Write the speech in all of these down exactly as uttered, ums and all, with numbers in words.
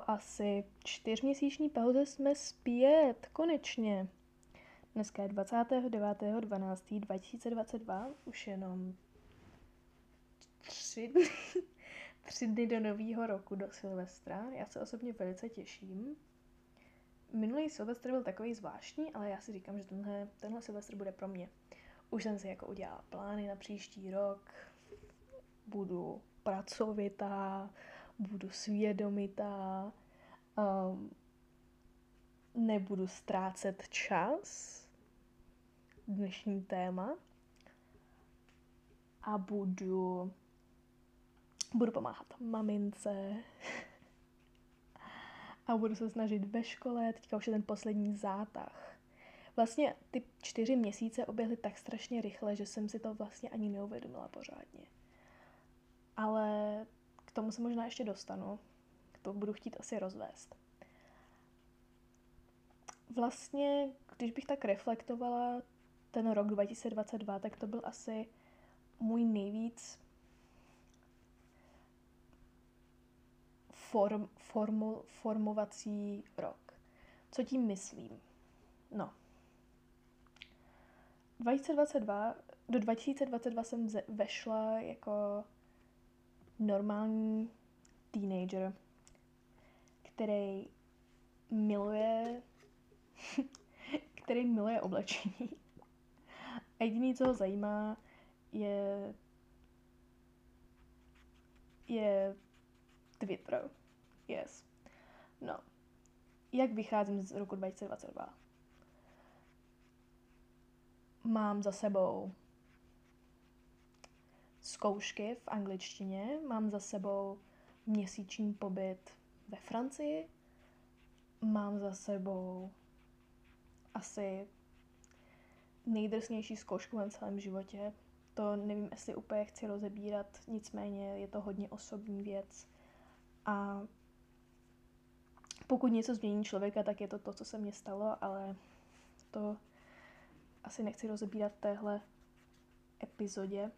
Po asi čtyřměsíční pauze jsme zpět, konečně. Dneska je dvacátého devátého dvanáctého dva tisíce dvacet dva, už jenom tři dny, tři dny do nového roku, do Silvestra. Já se osobně velice těším. Minulý Silvestr byl takový zvláštní, ale já si říkám, že tenhle, tenhle Silvestr bude pro mě. Už jsem si jako udělala plány na příští rok. Budu pracovitá, budu svědomitá, um, nebudu ztrácet čas, dnešní téma, a budu, budu pomáhat mamince a budu se snažit ve škole, teďka už je ten poslední zátah. Vlastně ty čtyři měsíce oběhly tak strašně rychle, že jsem si to vlastně ani neuvědomila pořádně. Ale k tomu se možná ještě dostanu. To budu chtít asi rozvést. Vlastně, když bych tak reflektovala ten rok dva tisíce dvacet dva, tak to byl asi můj nejvíc form, formu, formovací rok. Co tím myslím? No. dva tisíce dvacet dva, do dva tisíce dvacet dva jsem vešla jako normální teenager, který miluje který miluje oblečení. A jediný, co ho zajímá, je je Twitter. Yes. No. Jak vycházím z roku dva tisíce dvacet dva? Mám za sebou zkoušky v angličtině, mám za sebou měsíční pobyt ve Francii, mám za sebou asi nejdrsnější zkoušku v mém celém životě. To nevím, jestli úplně chci rozebírat, nicméně je to hodně osobní věc. A pokud něco změní člověka, tak je to to, co se mně stalo, ale to asi nechci rozebírat v téhle epizodě.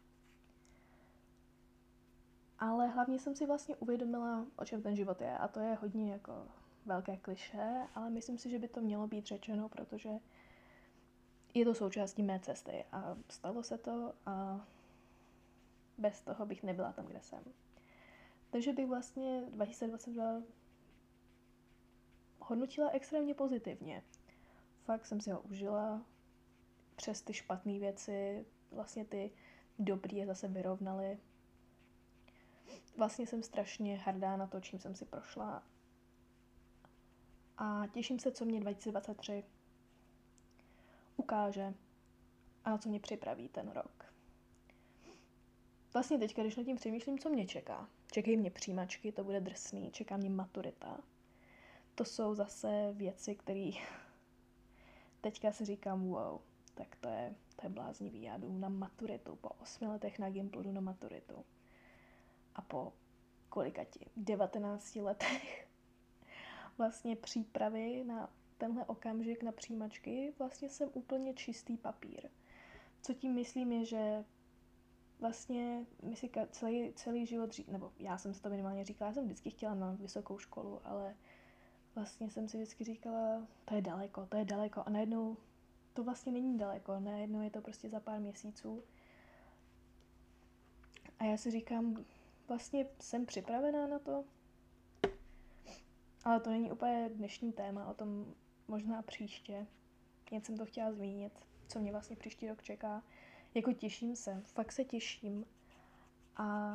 Ale hlavně jsem si vlastně uvědomila, o čem ten život je. A to je hodně jako velké klišé, ale myslím si, že by to mělo být řečeno, protože je to součástí mé cesty a stalo se to a bez toho bych nebyla tam, kde jsem. Takže bych vlastně dva tisíce dvacet dva hodnotila extrémně pozitivně. Fakt jsem si ho užila, přes ty špatné věci, vlastně ty dobrý je zase vyrovnaly. Vlastně jsem strašně hrdá na to, čím jsem si prošla. A těším se, co mě dva tisíce dvacet tři ukáže a na co mě připraví ten rok. Vlastně teďka, když nad tím přemýšlím, co mě čeká. Čekají mě přijímačky, to bude drsný, čeká mě maturita. To jsou zase věci, které teďka si říkám, wow, tak to je, to je bláznivý. Já jdu na maturitu, po osmi letech na Gimplu jdu na maturitu. A po kolikati, devatenácti letech vlastně přípravy na tenhle okamžik na přijímačky, vlastně jsem úplně čistý papír. Co tím myslím je, že vlastně my si celý, celý život, ří, nebo já jsem si to minimálně říkala, já jsem vždycky chtěla na vysokou školu, ale vlastně jsem si vždycky říkala, to je daleko, to je daleko a najednou to vlastně není daleko, najednou je to prostě za pár měsíců. A já si říkám, vlastně jsem připravená na to, ale to není úplně dnešní téma, o tom možná příště. Jen jsem to chtěla zmínit, co mě vlastně příští rok čeká. Jako těším se, fakt se těším. A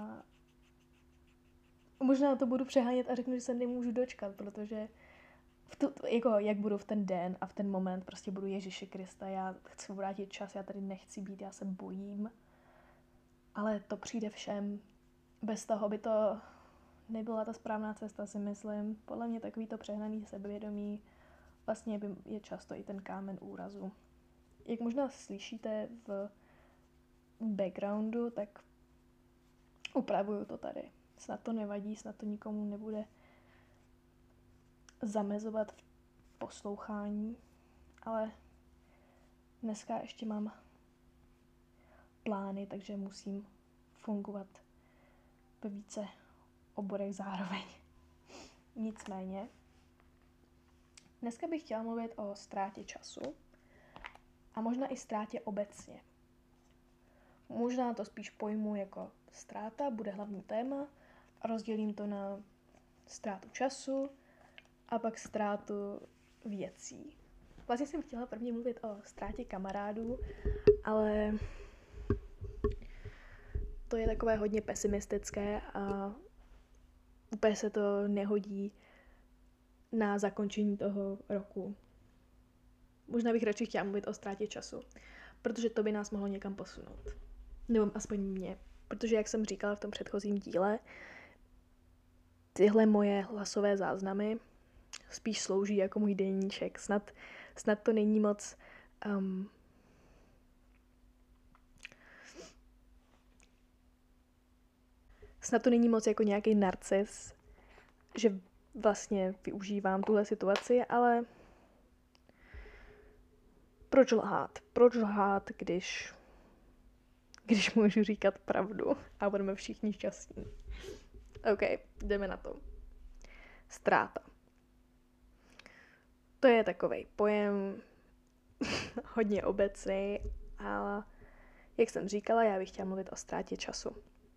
možná to budu přehánět a řeknu, že se nemůžu dočkat, protože v tu, jako jak budu v ten den a v ten moment, prostě budu Ježíši Krista, já chci vrátit čas, já tady nechci být, já se bojím. Ale to přijde všem. Bez toho by to nebyla ta správná cesta, si myslím. Podle mě takový to přehnaný sebevědomí vlastně je často i ten kámen úrazu. Jak možná slyšíte v backgroundu, tak upravuju to tady. Snad to nevadí, snad to nikomu nebude zamezovat v poslouchání, ale dneska ještě mám plány, takže musím fungovat ve více oborech zároveň. nicméně, dneska bych chtěla mluvit o ztrátě času a možná i ztrátě obecně. Možná to spíš pojmu jako ztráta, bude hlavní téma a rozdělím to na ztrátu času a pak ztrátu věcí. Vlastně jsem chtěla prvně mluvit o ztrátě kamarádů, ale to je takové hodně pesimistické a úplně se to nehodí na zakončení toho roku. Možná bych radši chtěla mluvit o ztrátě času, protože to by nás mohlo někam posunout. Nebo aspoň mě. Protože, jak jsem říkala v tom předchozím díle, tyhle moje hlasové záznamy spíš slouží jako můj deníček. Snad, snad to není moc... Um, snad to není moc jako nějaký narcis, že vlastně využívám tuhle situaci, ale proč lhát? Proč lhát, když, když můžu říkat pravdu a budeme všichni šťastní? OK, jdeme na to. Ztráta. To je takovej pojem hodně obecný, ale jak jsem říkala, já bych chtěla mluvit o ztrátě času.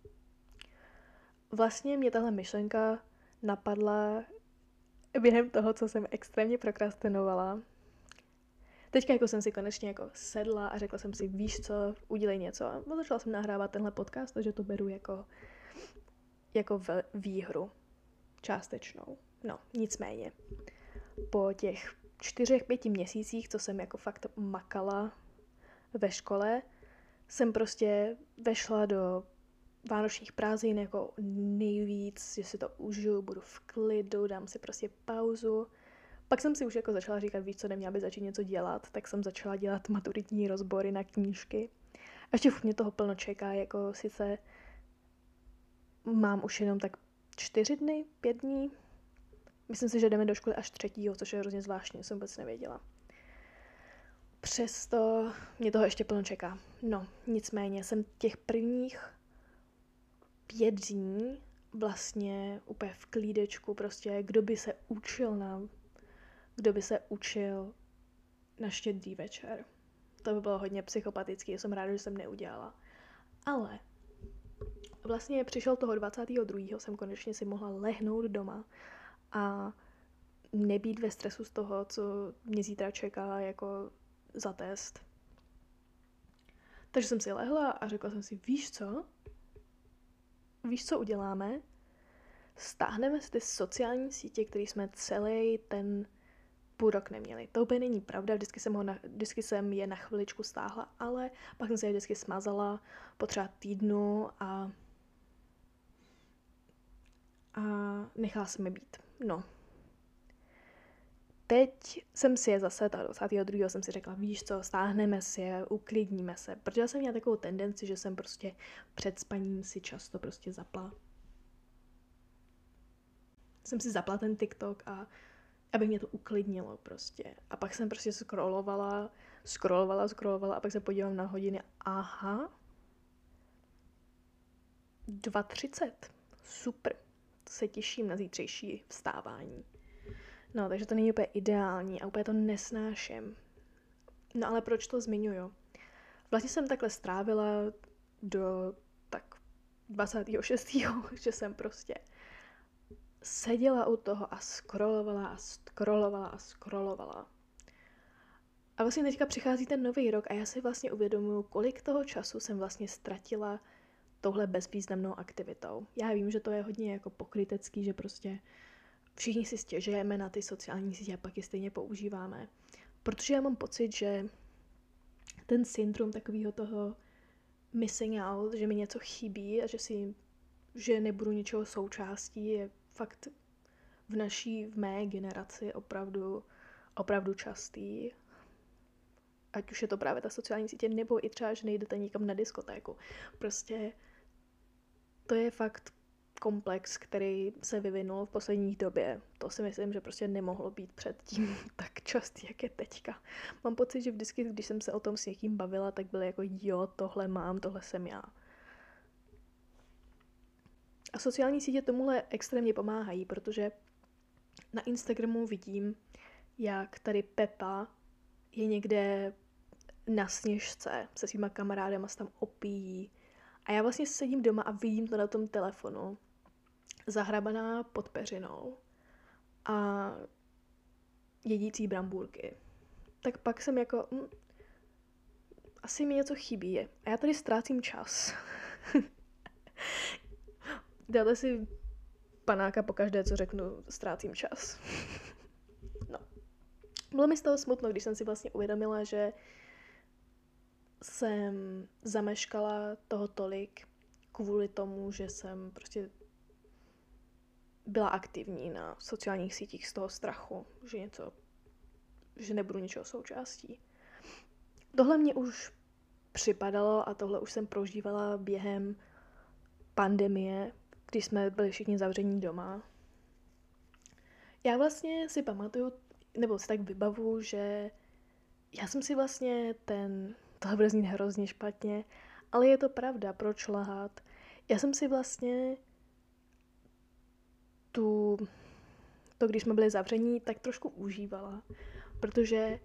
Vlastně mě tahle myšlenka napadla během toho, co jsem extrémně prokrastinovala. Teďka jako jsem si konečně jako sedla a řekla jsem si, víš co, udělej něco. A začala jsem nahrávat tenhle podcast, takže to beru jako, jako v výhru částečnou. No, nicméně. Po těch čtyřech, pěti měsících, co jsem jako fakt makala ve škole, jsem prostě vešla do vánočních prázdnin jako nejvíc, že si to užiju, budu v klidu, dám si prostě pauzu. Pak jsem si už jako začala říkat, víš co, neměla by začít něco dělat, tak jsem začala dělat maturitní rozbory na knížky. A ještě furt mě toho plno čeká, jako sice mám už jenom tak čtyři dny, pět dní. Myslím si, že jdeme do školy až třetího, což je hrozně zvláštní, jsem vůbec nevěděla. Přesto mě toho ještě plno čeká. No, nicméně jsem těch prvních pět dní vlastně úplně v klídečku, prostě kdo by se učil nám, kdo by se učil na štědrý večer. To by bylo hodně psychopatický, jsem ráda, že jsem neudělala. Ale vlastně přišel toho dvacátého druhého jsem konečně si mohla lehnout doma a nebýt ve stresu z toho, co mě zítra čeká jako za test. Takže jsem si lehla a řekla jsem si, víš co? Víš, co uděláme? Stáhneme si ty sociální sítě, které jsme celý ten půl rok neměli. To úplně není pravda, vždycky jsem, ho na, vždycky jsem je na chviličku stáhla, ale pak jsem se je vždycky smazala po třeba týdnu a, a nechala jsem je být. No. Teď jsem si je zase, ta dvacátého druhého jsem si řekla, víš co, stáhneme si je, uklidníme se, protože já jsem měla takovou tendenci, že jsem prostě před spaním si často prostě zapla. Jsem si zapla ten TikTok a aby mě to uklidnilo prostě. A pak jsem prostě scrollovala, scrollovala, scrollovala a pak se podívám na hodiny. Aha. dva třicet. Super. Se těším na zítřejší vstávání. No, takže to není úplně ideální a úplně to nesnáším. No ale proč to zmiňuju? Vlastně jsem takhle strávila do tak dvacátého šestého že jsem prostě seděla u toho a scrollovala a scrollovala a scrollovala. A vlastně teďka přichází ten nový rok a já si vlastně uvědomuju, kolik toho času jsem vlastně ztratila touhle bezvýznamnou aktivitou. Já vím, že to je hodně jako pokrytecký, že prostě všichni si stěžujeme na ty sociální sítě a pak je stejně používáme. Protože já mám pocit, že ten syndrom takového toho missing out, že mi něco chybí a že si, že nebudu ničeho součástí, je fakt v naší, v mé generaci opravdu, opravdu častý. Ať už je to právě ta sociální sítě, nebo i třeba, že nejdete nikam na diskotéku. Prostě to je fakt komplex, který se vyvinul v poslední době. To si myslím, že prostě nemohlo být předtím tak častý, jak je teďka. Mám pocit, že vždycky, když jsem se o tom s někým bavila, tak bylo jako jo, tohle mám, tohle jsem já. A sociální sítě tomuhle extrémně pomáhají, protože na Instagramu vidím, jak tady Pepa je někde na sněžce se svýma kamarádama, se tam opíjí. A já vlastně sedím doma a vidím to na tom telefonu, zahrabaná pod peřinou a jedící brambůrky. Tak pak jsem jako, hm, asi mi něco chybí. A já tady ztrácím čas. Dáte si panáka po každé, co řeknu, ztrácím čas. No. Bylo mi z toho smutno, když jsem si vlastně uvědomila, že jsem zameškala toho tolik kvůli tomu, že jsem prostě byla aktivní na sociálních sítích z toho strachu, že něco, že nebudu ničeho součástí. Tohle mě už připadalo a tohle už jsem prožívala během pandemie, když jsme byli všichni zavření doma. Já vlastně si pamatuju, nebo si tak vybavu, že já jsem si vlastně ten, tohle bude znít hrozně špatně, ale je to pravda, proč lhát. Já jsem si vlastně tu, to, když jsme byli zavření, tak trošku užívala, protože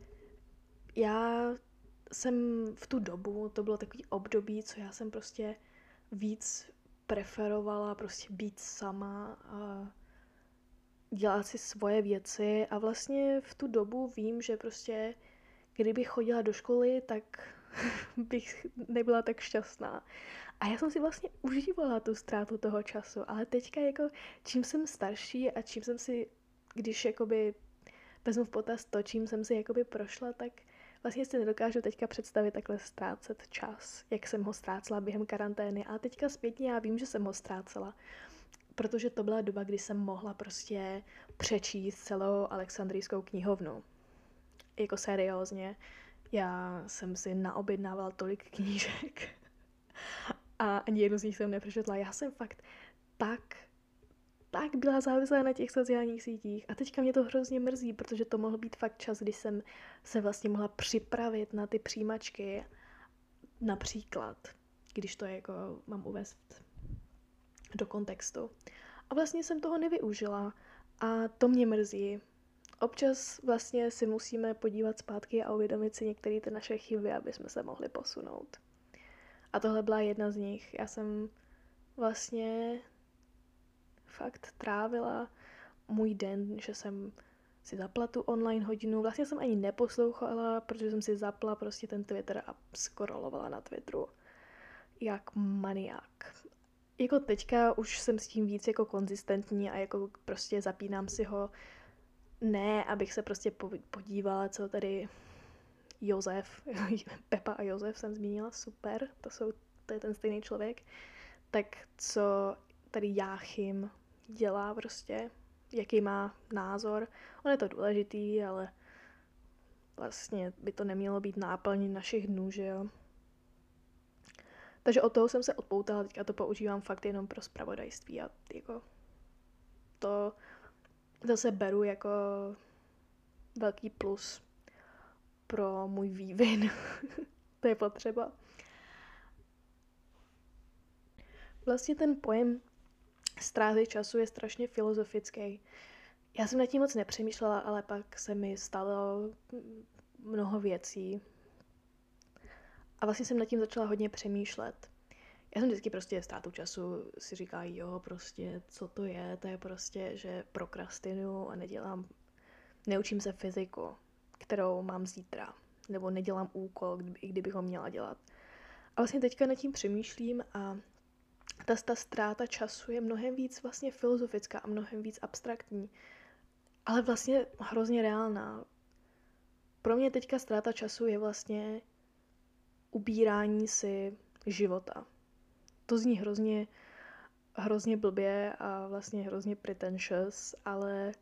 já jsem v tu dobu, to bylo takový období, co já jsem prostě víc preferovala prostě být sama a dělat si svoje věci a vlastně v tu dobu vím, že prostě kdybych chodila do školy, tak bych nebyla tak šťastná. A já jsem si vlastně užívala tu ztrátu toho času, ale teďka jako čím jsem starší a čím jsem si, když jakoby vezmu v potaz to, čím jsem si jakoby prošla, tak vlastně si nedokážu teďka představit takhle ztrácet čas, jak jsem ho ztrácela během karantény. A teďka zpětně já vím, že jsem ho ztrácela, protože to byla doba, kdy jsem mohla prostě přečíst celou Alexandrijskou knihovnu. Jako seriózně. Já jsem si naobjednávala tolik knížek a ani jednu z nich jsem nepřečetla. Já jsem fakt tak, tak byla závislá na těch sociálních sítích a teďka mě to hrozně mrzí, protože to mohl být fakt čas, kdy jsem se vlastně mohla připravit na ty přijímačky. Například, když to jako mám uvést do kontextu. A vlastně jsem toho nevyužila a to mě mrzí. Občas vlastně si musíme podívat zpátky a uvědomit si některé ty naše chyby, aby jsme se mohli posunout. A tohle byla jedna z nich. Já jsem vlastně fakt trávila můj den, že jsem si zapla tu online hodinu. Vlastně jsem ani neposlouchala, protože jsem si zapla prostě ten Twitter a scrollovala na Twitteru jak maniák. Jako teďka už jsem s tím víc jako konzistentní a jako prostě zapínám si ho. Ne, abych se prostě podívala, co tady Josef, Pepa a Josef jsem zmínila, super, to, jsou, to je ten stejný člověk, tak co tady Jáchym dělá prostě, jaký má názor. On je to důležitý, ale vlastně by to nemělo být náplní našich dnů, že jo. Takže od toho jsem se odpoutala, teďka to používám fakt jenom pro zpravodajství a jako to zase beru jako velký plus pro můj vývin. To je potřeba. Vlastně ten pojem ztráty času je strašně filozofický. Já jsem nad tím moc nepřemýšlela, ale pak se mi stalo mnoho věcí. A vlastně jsem nad tím začala hodně přemýšlet. Já jsem vždycky prostě ztrátu času si říká, jo, prostě, co to je? To je prostě, že prokrastinuju a nedělám, neučím se fyziku, kterou mám zítra. Nebo nedělám úkol, i kdybych ho měla dělat. A vlastně teďka nad tím přemýšlím a ta, ta ztráta času je mnohem víc vlastně filozofická a mnohem víc abstraktní. Ale vlastně hrozně reálná. Pro mě teďka ztráta času je vlastně ubírání si života. To zní hrozně, hrozně blbě a vlastně hrozně pretentious, ale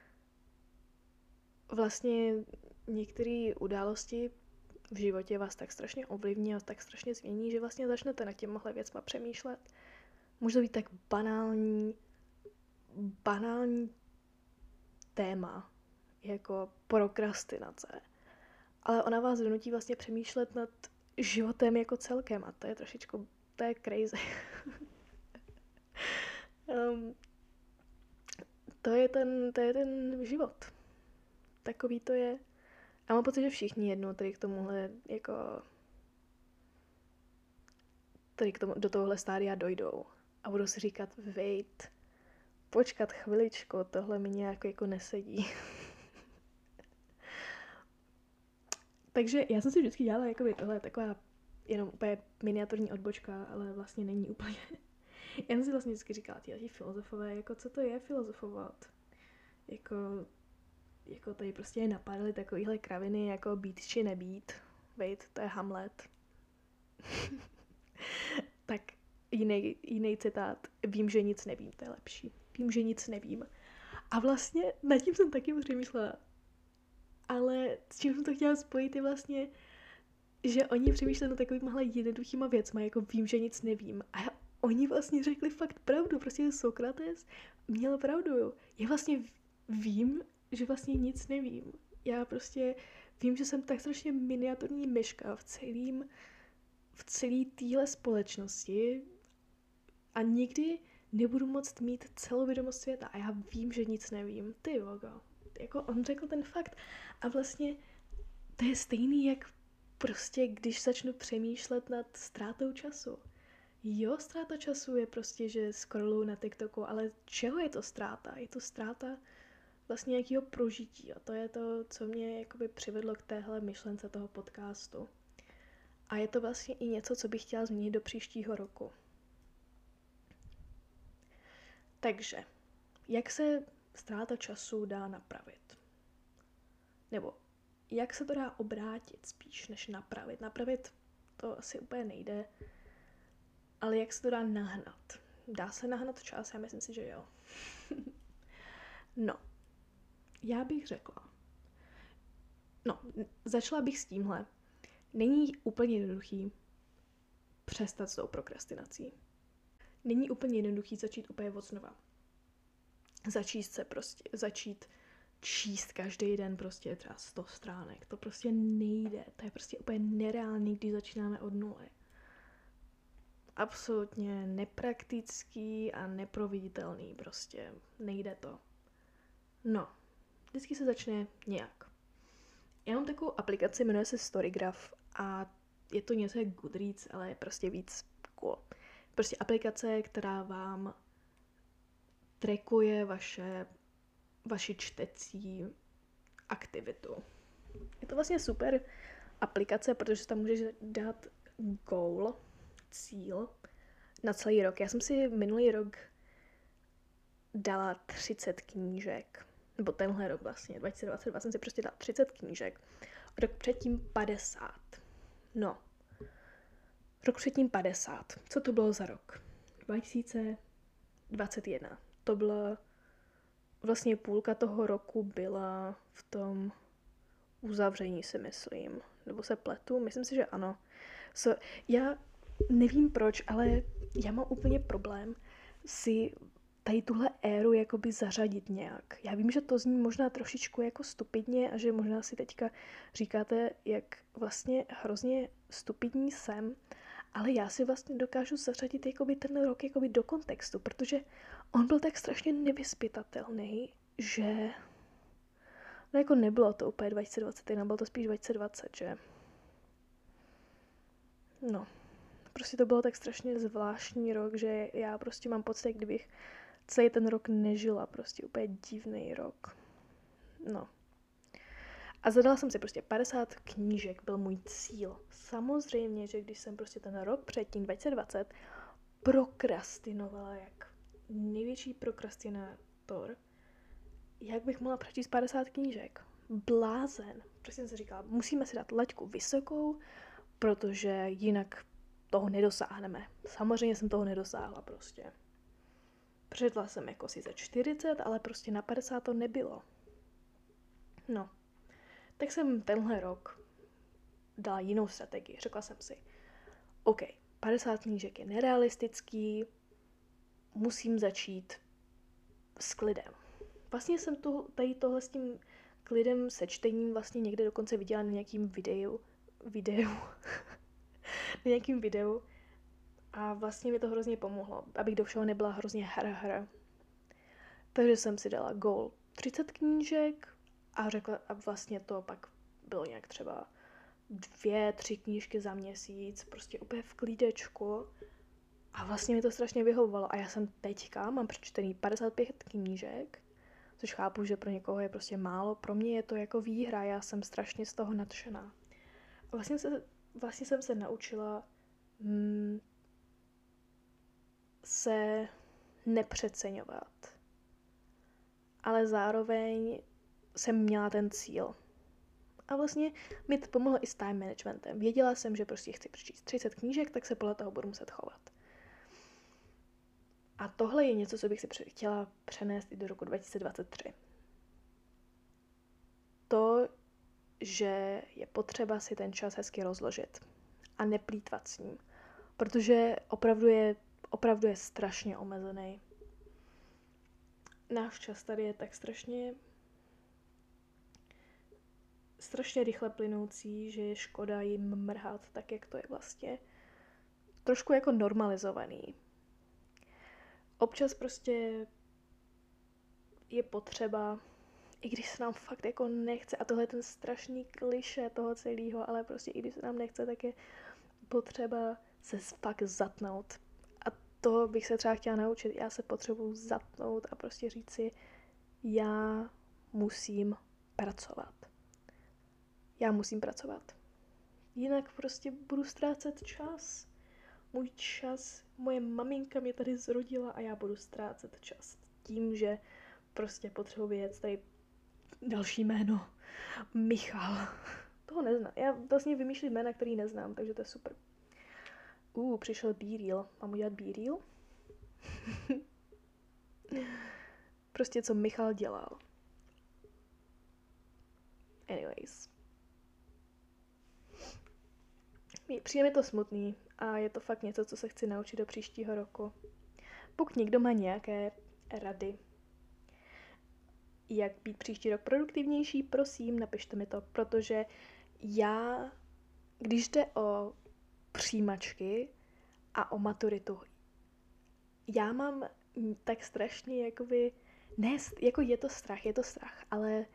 vlastně některé události v životě vás tak strašně ovlivní a tak strašně změní, že vlastně začnete nad těmhle věcma přemýšlet. Může to být tak banální, banální téma, jako prokrastinace. Ale ona vás donutí vlastně přemýšlet nad životem jako celkem a to je trošičku, to je crazy. um, to je ten, to je ten život. Takový to je. A mám pocit, že všichni jednou tady k tomuhle, jako, tady k tomu, do tohohle stádia dojdou. A budou si říkat, wait, počkat chviličku, tohle mi nějak jako nesedí. Takže já jsem si vždycky dělala, jakoby tohle je taková jenom úplně miniaturní odbočka, ale vlastně není úplně. Já jsem si vlastně vždycky říkala, ti filozofové, jako co to je filozofovat? Jako, jako tady prostě napadaly takovýhle kraviny, jako být či nebýt. Wait, to je Hamlet. Tak jiný, jiný citát. Vím, že nic nevím, to je lepší. Vím, že nic nevím. A vlastně nad tím jsem taky přemýšlela. Ale s čím jsem to chtěla spojit je vlastně, že oni přemýšleli na takovýmhle jednoduchýma věcma, jako vím, že nic nevím. A oni vlastně řekli fakt pravdu, prostě Sokrates měl pravdu. Já vlastně vím, že vlastně nic nevím. Já prostě vím, že jsem tak strašně miniaturní myška v celým, v celé téhle společnosti a nikdy nebudu moct mít celou vědomost světa a já vím, že nic nevím. Ty vogo. Jako on řekl ten fakt. A vlastně to je stejný, jak prostě, když začnu přemýšlet nad ztrátou času. Jo, ztráta času je prostě, že scrolluju na TikToku, ale čeho je to ztráta? Je to ztráta vlastně nějakého prožití a to je to, co mě jakoby přivedlo k téhle myšlence toho podcastu. A je to vlastně i něco, co bych chtěla změnit do příštího roku. Takže, jak se ztráta času dá napravit? Nebo jak se to dá obrátit spíš, než napravit? Napravit to asi úplně nejde, ale jak se to dá nahnat? Dá se nahnat čas? Já myslím si, že jo. No, já bych řekla. No, začala bych s tímhle. Není úplně jednoduchý přestat s tou prokrastinací. Není úplně jednoduchý začít úplně od znova. Začít se prostě, začít číst každý den prostě třeba sto stránek. To prostě nejde. To je prostě úplně nereálný, když začínáme od nuly. Absolutně nepraktický a neproveditelný prostě. Nejde to. No, vždycky se začne nějak. Já mám takovou aplikaci, jmenuje se Storygraph a je to něco jak Goodreads, ale je prostě víc cool. Prostě aplikace, která vám trackuje vaše, vaši čtecí aktivitu. Je to vlastně super aplikace, protože tam můžeš dát goal, cíl na celý rok. Já jsem si minulý rok dala třicet knížek, nebo tenhle rok vlastně, dva tisíce dvacet dva jsem si prostě dala třicet knížek. Rok předtím padesát. No. Rok předtím padesát. Co to bylo za rok? dva tisíce dvacet jedna. To byla vlastně půlka toho roku byla v tom uzavření, si myslím. Nebo se pletu? Myslím si, že ano. So, já nevím proč, ale já mám úplně problém si tady tuhle éru jakoby zařadit nějak. Já vím, že to zní možná trošičku jako stupidně a že možná si teďka říkáte, jak vlastně hrozně stupidní jsem, ale já si vlastně dokážu zařadit jakoby ten rok jakoby do kontextu, protože on byl tak strašně nevyzpytatelný, že no jako nebylo to úplně dva tisíce dvacet jedna, bylo to spíš dva tisíce dvacet, že? No, prostě to bylo tak strašně zvláštní rok, že já prostě mám pocit, kdybych celý ten rok nežila, prostě úplně divný rok. No. A zadala jsem si prostě padesát knížek, byl můj cíl. Samozřejmě, že když jsem prostě ten rok předtím, dva tisíce dvacet, prokrastinovala jak největší prokrastinátor, jak bych mohla přečíst padesát knížek. Blázen. Prostě jsem si říkala, musíme si dát laťku vysokou, protože jinak toho nedosáhneme. Samozřejmě jsem toho nedosáhla prostě. Přečetla jsem jako si za čtyřicet, ale prostě na padesát to nebylo. No. Tak jsem tenhle rok dala jinou strategii. Řekla jsem si, OK, padesát knížek je nerealistický, musím začít s klidem. Vlastně jsem tu, tady tohle s tím klidem se čtením vlastně někde dokonce viděla na nějakým videu, videu, na nějakým videu a vlastně mi to hrozně pomohlo, abych do všeho nebyla hrozně hra hra. Takže jsem si dala goal třicet knížek a řekla, a vlastně to pak bylo nějak třeba dvě, tři knížky za měsíc, prostě úplně v klídečku. A vlastně mi to strašně vyhovovalo. A já jsem teďka, mám přečtený padesát pět knížek, což chápu, že pro někoho je prostě málo. Pro mě je to jako výhra, já jsem strašně z toho nadšená. A vlastně, se, vlastně jsem se naučila mm, se nepřeceňovat. Ale zároveň jsem měla ten cíl. A vlastně mi to pomohlo i s time managementem. Věděla jsem, že prostě chci přečíst třicet knížek, tak se podle toho budu muset chovat. A tohle je něco, co bych si chtěla přenést i do roku dva tisíce dvacet tři. To, že je potřeba si ten čas hezky rozložit a neplýtvat s ním. Protože opravdu je, opravdu je strašně omezený. Náš čas tady je tak strašně strašně rychle plynoucí, že je škoda jim mrhat tak, jak to je vlastně trošku jako normalizovaný. Občas prostě je potřeba, i když se nám fakt jako nechce, a tohle je ten strašný klišé toho celého, ale prostě i když se nám nechce, tak je potřeba se fakt zatnout. A to bych se třeba chtěla naučit. Já se potřebuji zatnout a prostě říct si, já musím pracovat. Já musím pracovat. Jinak prostě budu ztrácet čas. Můj čas, moje maminka mě tady zrodila a já budu ztrácet čas. Tím, že prostě potřebuji vědět tady další jméno. Michal. Toho neznám. Já vlastně vymýšlím jména, který neznám, takže to je super. Uh, přišel B-Reel. Mám udělat B-Reel? Prostě co Michal dělal. Anyways. Přijde mi to smutný a je to fakt něco, co se chci naučit do příštího roku. Pokud někdo má nějaké rady, jak být příští rok produktivnější, prosím, napište mi to, protože já, když jde o přijímačky a o maturitu, já mám tak strašně jakoby, ne, jako je to strach, je to strach, ale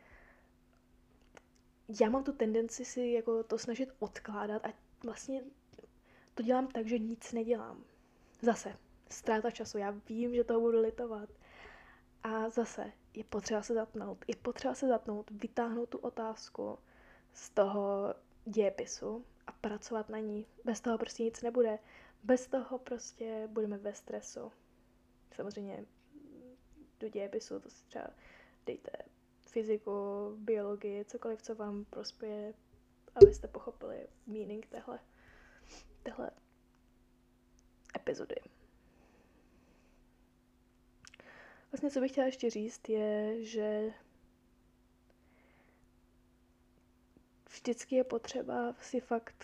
já mám tu tendenci si jako to snažit odkládat a vlastně to dělám tak, že nic nedělám. Zase, ztráta času, já vím, že toho budu litovat. A zase, je potřeba se zatnout. Je potřeba se zatnout, vytáhnout tu otázku z toho dějepisu a pracovat na ní. Bez toho prostě nic nebude. Bez toho prostě budeme ve stresu. Samozřejmě do dějepisu to si třeba dejte fyziku, biologii, cokoliv, co vám prospěje, abyste pochopili meaning téhle, téhle epizody. Vlastně, co bych chtěla ještě říct, je, že vždycky je potřeba si fakt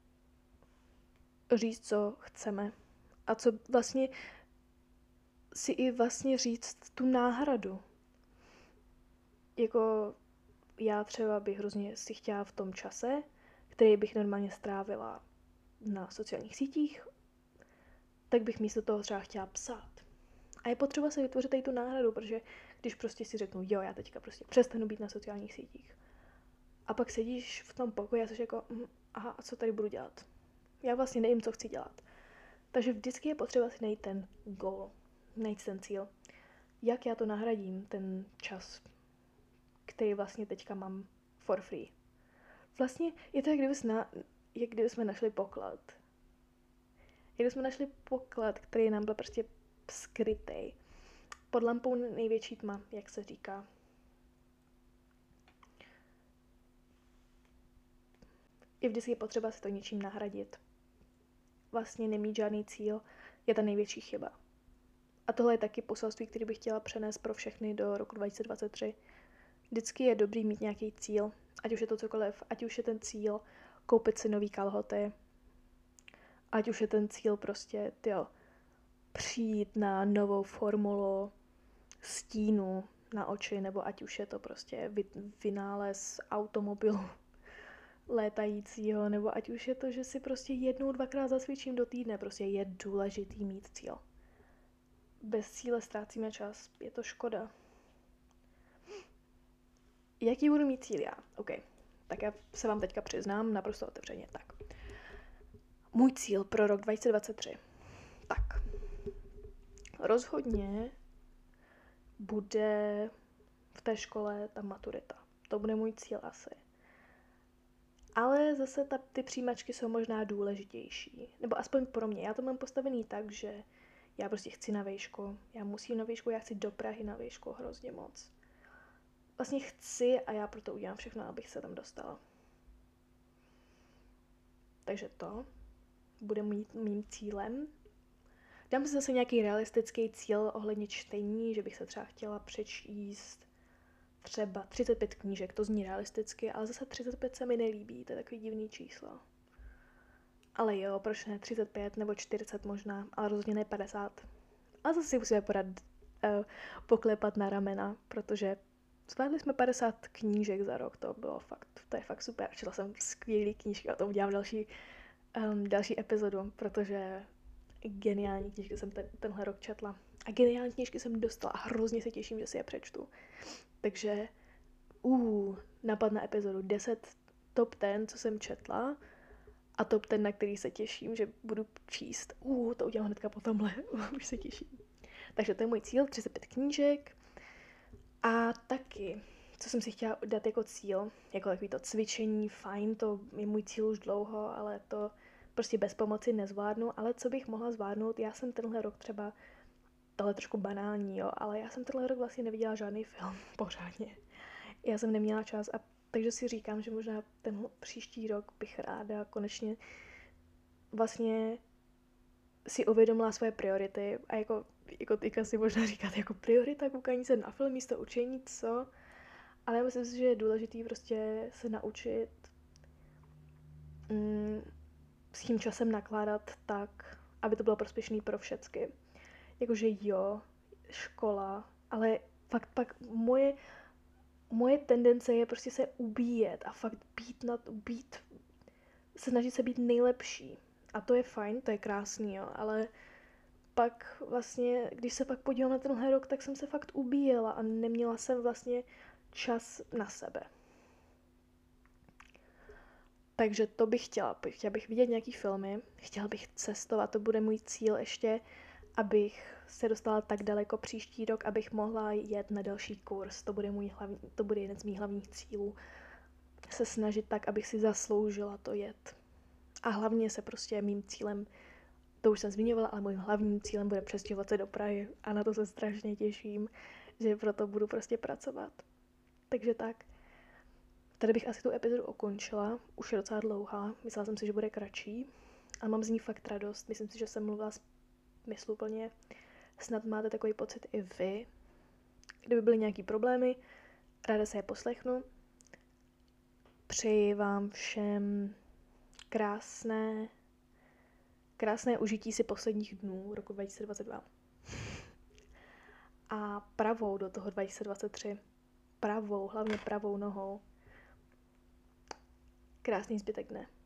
říct, co chceme. A co vlastně si i vlastně říct tu náhradu. Jako já třeba bych hrozně si chtěla v tom čase, který bych normálně strávila na sociálních sítích, tak bych místo toho třeba chtěla psát. A je potřeba se vytvořit tady tu náhradu, protože když prostě si řeknu, jo, já teďka prostě přestanu být na sociálních sítích. A pak sedíš v tom pokoji a jsi jako, mm, aha, a co tady budu dělat? Já vlastně nevím, co chci dělat. Takže vždycky je potřeba si najít ten goal, najít ten cíl. Jak já to nahradím, ten čas, který vlastně teďka mám for free. Vlastně je to, jak kdyby, na, jak kdyby jsme našli poklad. Jak kdyby jsme našli poklad, který nám byl prostě skrytej. Pod lampou největší tma, jak se říká. Je vždycky potřeba si to něčím nahradit. Vlastně nemít žádný cíl je ta největší chyba. A tohle je taky poselství, který bych chtěla přenést pro všechny do roku dva tisíce dvacet tři. Vždycky je dobrý mít nějaký cíl, ať už je to cokoliv, ať už je ten cíl koupit si nový kalhoty, ať už je ten cíl prostě, tyjo, přijít na novou formulu stínu na oči, nebo ať už je to prostě vynález automobilu létajícího, nebo ať už je to, že si prostě jednou, dvakrát zasvědčím do týdne, prostě je důležitý mít cíl. Bez cíle ztrácíme čas, je to škoda. jaký budu mít cíl já? OK, tak já se vám teďka přiznám naprosto otevřeně. Tak. Můj cíl pro rok dva tisíce dvacet tři. Tak. Rozhodně bude v té škole ta maturita. To bude můj cíl asi. Ale zase ta, ty přijímačky jsou možná důležitější. Nebo aspoň pro mě. Já to mám postavený tak, že já prostě chci na výšku. Já musím na výšku, já chci do Prahy na výšku hrozně moc. Vlastně chci a já proto udělám všechno, abych se tam dostala. Takže to bude mým, mým cílem. Dám si zase nějaký realistický cíl ohledně čtení, že bych se třeba chtěla přečíst třeba třicet pět knížek, to zní realisticky, ale zase třicet pět se mi nelíbí, to je takový divný číslo. Ale jo, proč ne třicet pět nebo čtyřicet možná, ale rozhodně ne padesát. A zase si musíme podat, uh, poklepat na ramena, protože zvládli jsme padesát knížek za rok, to bylo fakt, to je fakt super. Četla jsem skvělý knížky, o tom udělám další, um, další epizodu, protože geniální knížky jsem ten, tenhle rok četla. A geniální knížky jsem dostala a hrozně se těším, že si je přečtu. Takže, uh, napad na epizodu deset top deset, co jsem četla a top deset, na který se těším, že budu číst. Uh, to udělám hnedka po tomhle, uh, už se těším. Takže to je můj cíl, třicet pět knížek. A taky, co jsem si chtěla dát jako cíl, jako takový to cvičení, fajn, to je můj cíl už dlouho, ale to prostě bez pomoci nezvládnu, ale co bych mohla zvládnout, já jsem tenhle rok třeba, tohle je trošku banální, jo, ale já jsem tenhle rok vlastně neviděla žádný film pořádně. Já jsem neměla čas a takže si říkám, že možná ten příští rok bych ráda konečně vlastně si uvědomila svoje priority a jako, jako teďka si možná říkat jako priorita koukání se na film místo učení, co? Ale já myslím si, že je důležitý prostě se naučit mm, s tím časem nakládat tak, aby to bylo prospěšný pro všecky. Jakože jo, škola, ale fakt pak moje, moje tendence je prostě se ubíjet a fakt být na být, se snažit se být nejlepší. A to je fajn, to je krásný, jo, ale pak vlastně, když se pak podívám na tenhle rok, tak jsem se fakt ubíjela a neměla jsem vlastně čas na sebe. Takže to bych chtěla. Chtěla bych vidět nějaký filmy, chtěla bych cestovat, to bude můj cíl ještě, abych se dostala tak daleko příští rok, abych mohla jet na další kurz. To bude, můj hlavní, to bude jeden z mých hlavních cílů. Se snažit tak, abych si zasloužila to jet. A hlavně se prostě mým cílem, to už jsem zmiňovala, ale mým hlavním cílem bude přestěhovat se do Prahy a na to se strašně těším, že proto budu prostě pracovat. Takže tak. Tady bych asi tu epizodu ukončila, už je docela dlouhá, myslela jsem si, že bude kratší, ale mám z ní fakt radost, myslím si, že jsem mluvila smysluplně, snad máte takový pocit i vy. Kdyby byly nějaký problémy, ráda se je poslechnu. Přeji vám všem krásné, krásné užití si posledních dnů roku dva tisíce dvacet dva. A pravou do toho dva tisíce dvacet tři, pravou, hlavně pravou nohou. Krásný zbytek dne.